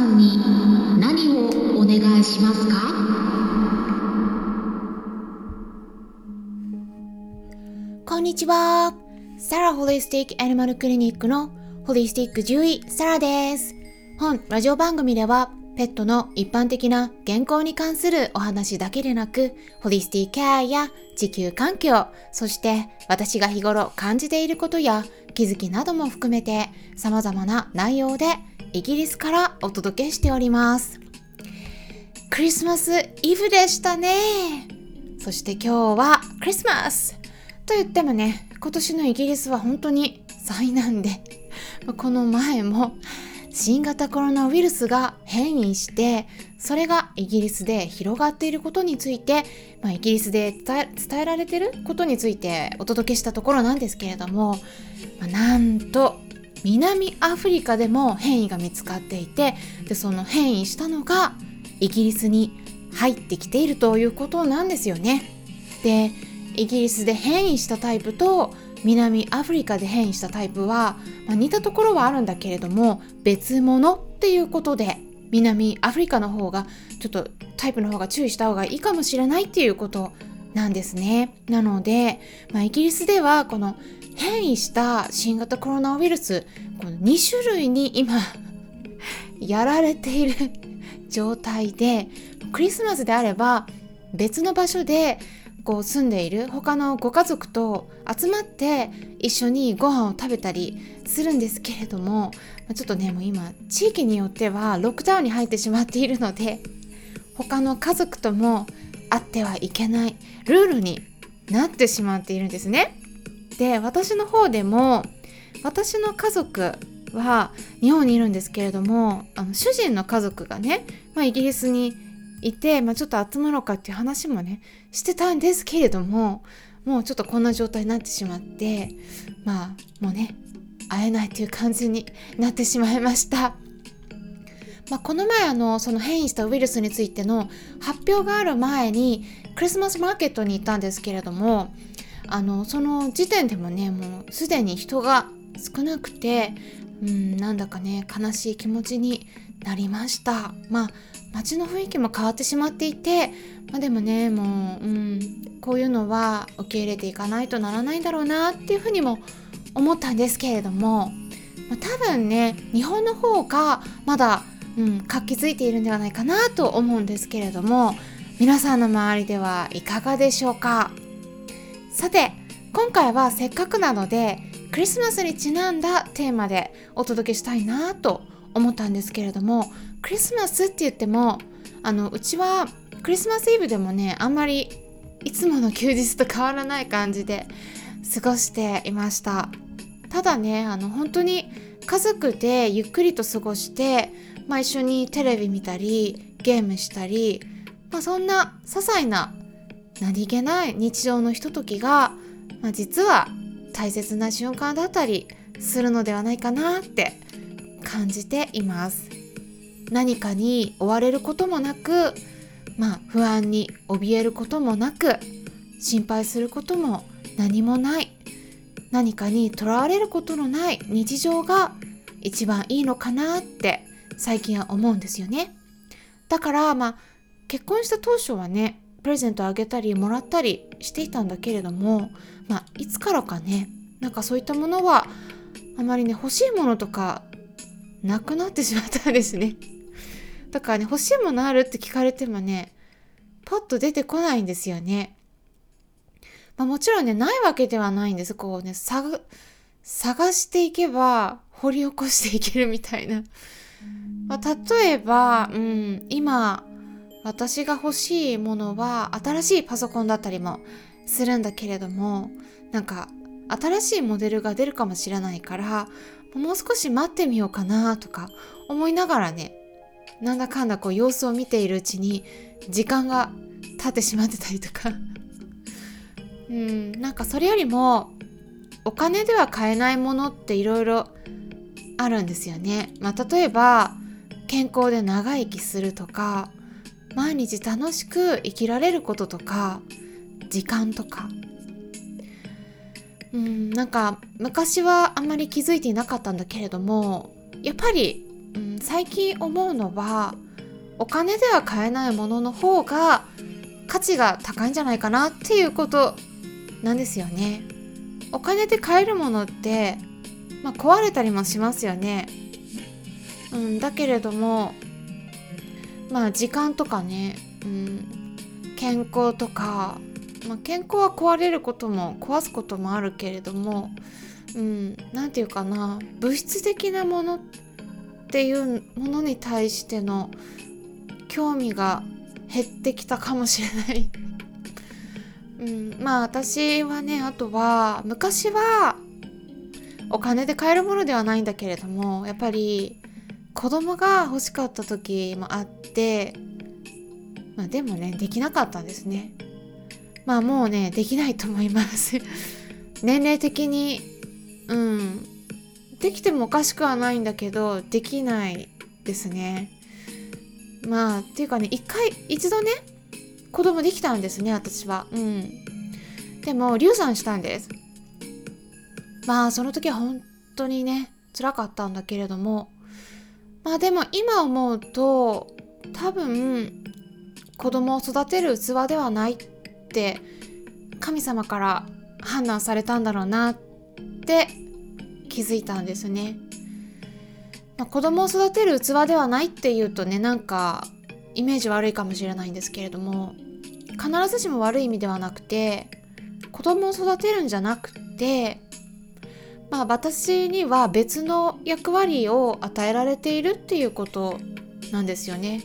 んに何をお願いしますか？ こんにちは。サラホリスティックアニマルクリニックのホリスティック獣医サラです。本ラジオ番組ではペットの一般的な健康に関するお話だけでなく、ホリスティックケアや地球環境、そして私が日頃感じていることや気づきなども含めて様々な内容でイギリスからお届けしております。クリスマスイブでしたね。そして今日はクリスマスと言ってもね、今年のイギリスは本当に災難で、この前も新型コロナウイルスが変異して、それがイギリスで広がっていることについて、イギリスで伝えられていることについてお届けしたところなんですけれども、なんと南アフリカでも変異が見つかっていて、でその変異したのがイギリスに入ってきているということなんですよね。で、イギリスで変異したタイプと南アフリカで変異したタイプは、似たところはあるんだけれども別物っていうことで、南アフリカの方がちょっとタイプの方が注意した方がいいかもしれないっていうことなんですね。なので、イギリスではこの変異した新型コロナウイルス、この2種類に今やられている状態で、クリスマスであれば別の場所で住んでいる他のご家族と集まって一緒にご飯を食べたりするんですけれども、ちょっとね、もう今地域によってはロックダウンに入ってしまっているので、他の家族とも会ってはいけないルールになってしまっているんですね。で、私の方でも、私の家族は日本にいるんですけれども、主人の家族がね、イギリスにいて、ちょっと集まろうかっていう話もねしてたんですけれども、もうちょっとこんな状態になってしまって、もうね会えないという感じになってしまいました。この前その変異したウイルスについての発表がある前にクリスマスマーケットに行ったんですけれども、その時点でもね、もうすでに人が少なくて、なんだかね悲しい気持ちになりました。街の雰囲気も変わってしまっていて、でもね、もう、こういうのは受け入れていかないとならないんだろうなっていうふうにも思ったんですけれども、多分ね日本の方がまだ、活気づいているんではないかなと思うんですけれども、皆さんの周りではいかがでしょうか。さて、今回はせっかくなのでクリスマスにちなんだテーマでお届けしたいなと思ったんですけれども、クリスマスって言ってもうちはクリスマスイブでもね、あんまりいつもの休日と変わらない感じで過ごしていました。ただね、本当に家族でゆっくりと過ごして、一緒にテレビ見たりゲームしたり、そんな些細な何気ない日常のひとときが、実は大切な瞬間だったりするのではないかなって感じています。何かに追われることもなく、不安に怯えることもなく、心配することも何もない、何かにとらわれることのない日常が一番いいのかなって最近は思うんですよね。だから結婚した当初はね、プレゼントあげたりもらったりしていたんだけれども、いつからかね、そういったものはあまりね、欲しいものとかなくなってしまったんですね。だからね、欲しいものあるって聞かれてもね、パッと出てこないんですよね。もちろんね、ないわけではないんです。探していけば掘り起こしていけるみたいな。例えば、今私が欲しいものは新しいパソコンだったりもするんだけれども、新しいモデルが出るかもしれないから、もう少し待ってみようかなとか思いながらね、なんだかんだ様子を見ているうちに時間が経ってしまってたりとかそれよりもお金では買えないものっていろいろあるんですよね。例えば健康で長生きするとか、毎日楽しく生きられることとか、時間とか、昔はあんまり気づいていなかったんだけれども、やっぱり最近思うのは、お金では買えないものの方が価値が高いんじゃないかなっていうことなんですよね。お金で買えるものって、壊れたりもしますよね。だけれども、時間とかね、健康とか、健康は壊れることも壊すこともあるけれども、なんていうかな、物質的なものっていうものに対しての興味が減ってきたかもしれない私はね、あとは昔はお金で買えるものではないんだけれども、やっぱり子供が欲しかった時もあって、でもね、できなかったんですね。もうね、できないと思います年齢的にできてもおかしくはないんだけど、できないですね。っていうかね、一度ね、子供できたんですね、私は。でも流産したんです。その時は本当にね、辛かったんだけれども、でも今思うと、多分子供を育てる器ではないって神様から判断されたんだろうなって気づいたんですね。子供を育てる器ではないっていうとね、なんかイメージ悪いかもしれないんですけれども、必ずしも悪い意味ではなくて、子供を育てるんじゃなくて、私には別の役割を与えられているっていうことなんですよね。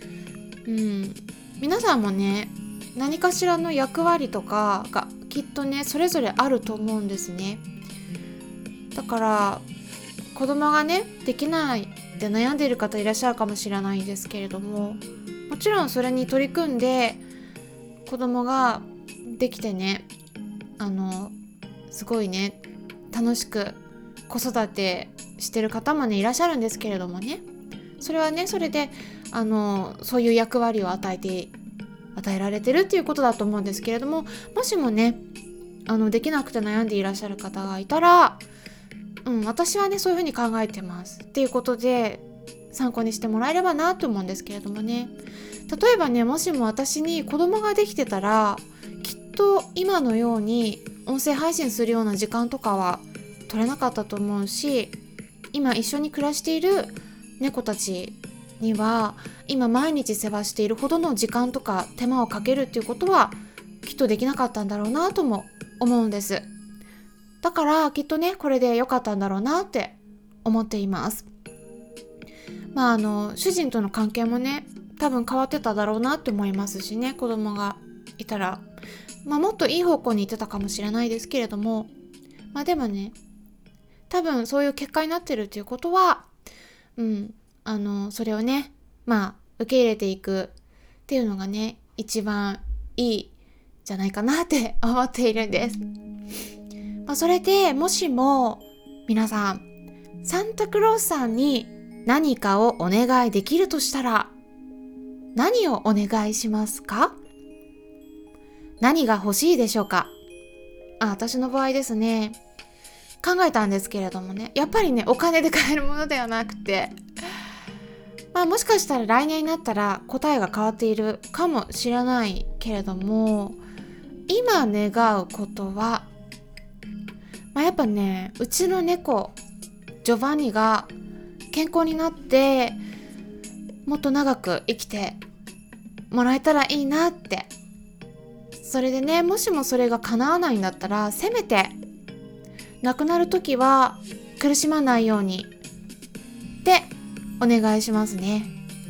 皆さんもね、何かしらの役割とかがきっとね、それぞれあると思うんですね。だから子供がね、できないって悩んでいる方いらっしゃるかもしれないんですけれども、もちろんそれに取り組んで子供ができてね、すごいね、楽しく子育てしてる方もね、いらっしゃるんですけれどもね、それはね、それでそういう役割を与えられてるっていうことだと思うんですけれども、もしもね、できなくて悩んでいらっしゃる方がいたら、私はね、そういうふうに考えてますっていうことで参考にしてもらえればなと思うんですけれどもね。例えばね、もしも私に子供ができてたら、きっと今のように音声配信するような時間とかは取れなかったと思うし、今一緒に暮らしている猫たちには今毎日世話しているほどの時間とか手間をかけるっていうことはきっとできなかったんだろうなとも思うんです。だからきっとね、これで良かったんだろうなって思っています。主人との関係もね、多分変わってただろうなって思いますしね、子供がいたらもっといい方向に行ってたかもしれないですけれども、でもね、多分そういう結果になってるっていうことは、それをね、受け入れていくっていうのがね、一番いいじゃないかなって思っているんです。それでもしも皆さん、サンタクロースさんに何かをお願いできるとしたら何をお願いしますか？何が欲しいでしょうか？私の場合ですね、考えたんですけれどもね、やっぱりね、お金で買えるものではなくて、もしかしたら来年になったら答えが変わっているかもしれないけれども、今願うことは、やっぱね、うちの猫ジョバンニが健康になってもっと長く生きてもらえたらいいなって。それでね、もしもそれが叶わないんだったら、せめて亡くなる時は苦しまないようにってお願いしますね。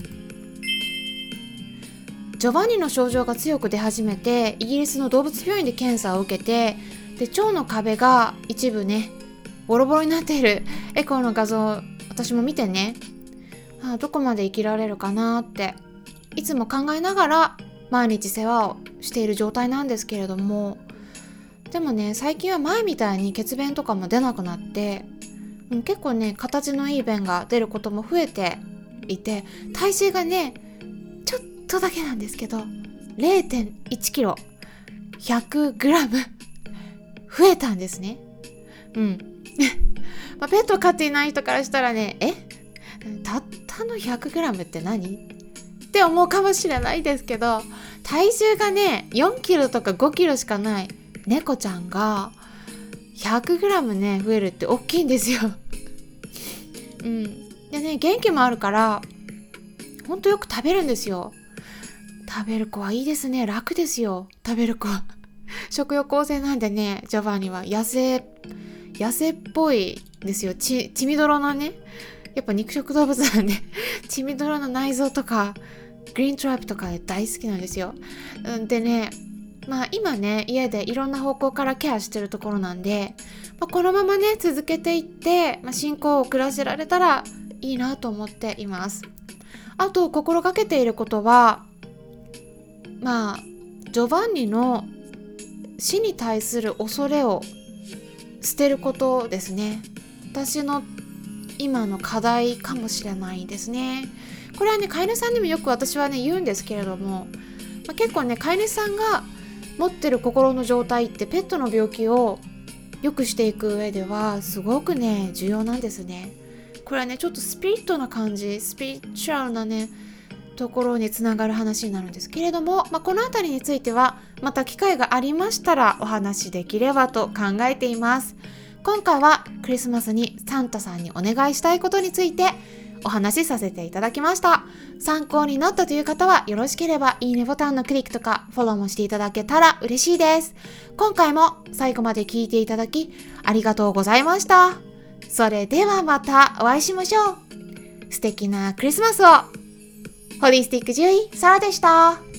ジョバンニの症状が強く出始めて、イギリスの動物病院で検査を受けて、で、腸の壁が一部ね、ボロボロになっているエコーの画像、私も見てね、どこまで生きられるかなっていつも考えながら毎日世話をしている状態なんですけれども、でもね、最近は前みたいに血便とかも出なくなって、結構ね、形のいい便が出ることも増えていて、体重がね、ちょっとだけなんですけど 0.1 キロ 100グラム増えたんですね。ペットを飼っていない人からしたらね、 たったの 100g って何って思うかもしれないですけど、体重がね4キロとか5キロしかない猫ちゃんが 100g ね増えるって大きいんですよでね、元気もあるからほんとよく食べるんですよ。食べる子はいいですね。楽ですよ、食べる子は食欲旺盛なんでね、ジョバンニは野生っぽいですよ。血みどろのね、やっぱ肉食動物なんで血みどろの内臓とかグリーントラップとか大好きなんですよ。でね、今ね家でいろんな方向からケアしてるところなんで、このままね続けていって、進行を遅らせられたらいいなと思っています。あと心がけていることは、ジョバンニの死に対する恐れを捨てることですね。私の今の課題かもしれないですね。これはね、飼い主さんにもよく私はね言うんですけれども、結構ね飼い主さんが持ってる心の状態ってペットの病気を良くしていく上ではすごくね重要なんですね。これはねちょっとスピリットな感じ、スピリチュアルなねところにつながる話になるんですけれども、このあたりについてはまた機会がありましたらお話しできればと考えています。今回はクリスマスにサンタさんにお願いしたいことについてお話しさせていただきました。参考になったという方はよろしければいいねボタンのクリックとかフォローもしていただけたら嬉しいです。今回も最後まで聞いていただきありがとうございました。それではまたお会いしましょう。素敵なクリスマスを。ホリスティック獣医サラでした。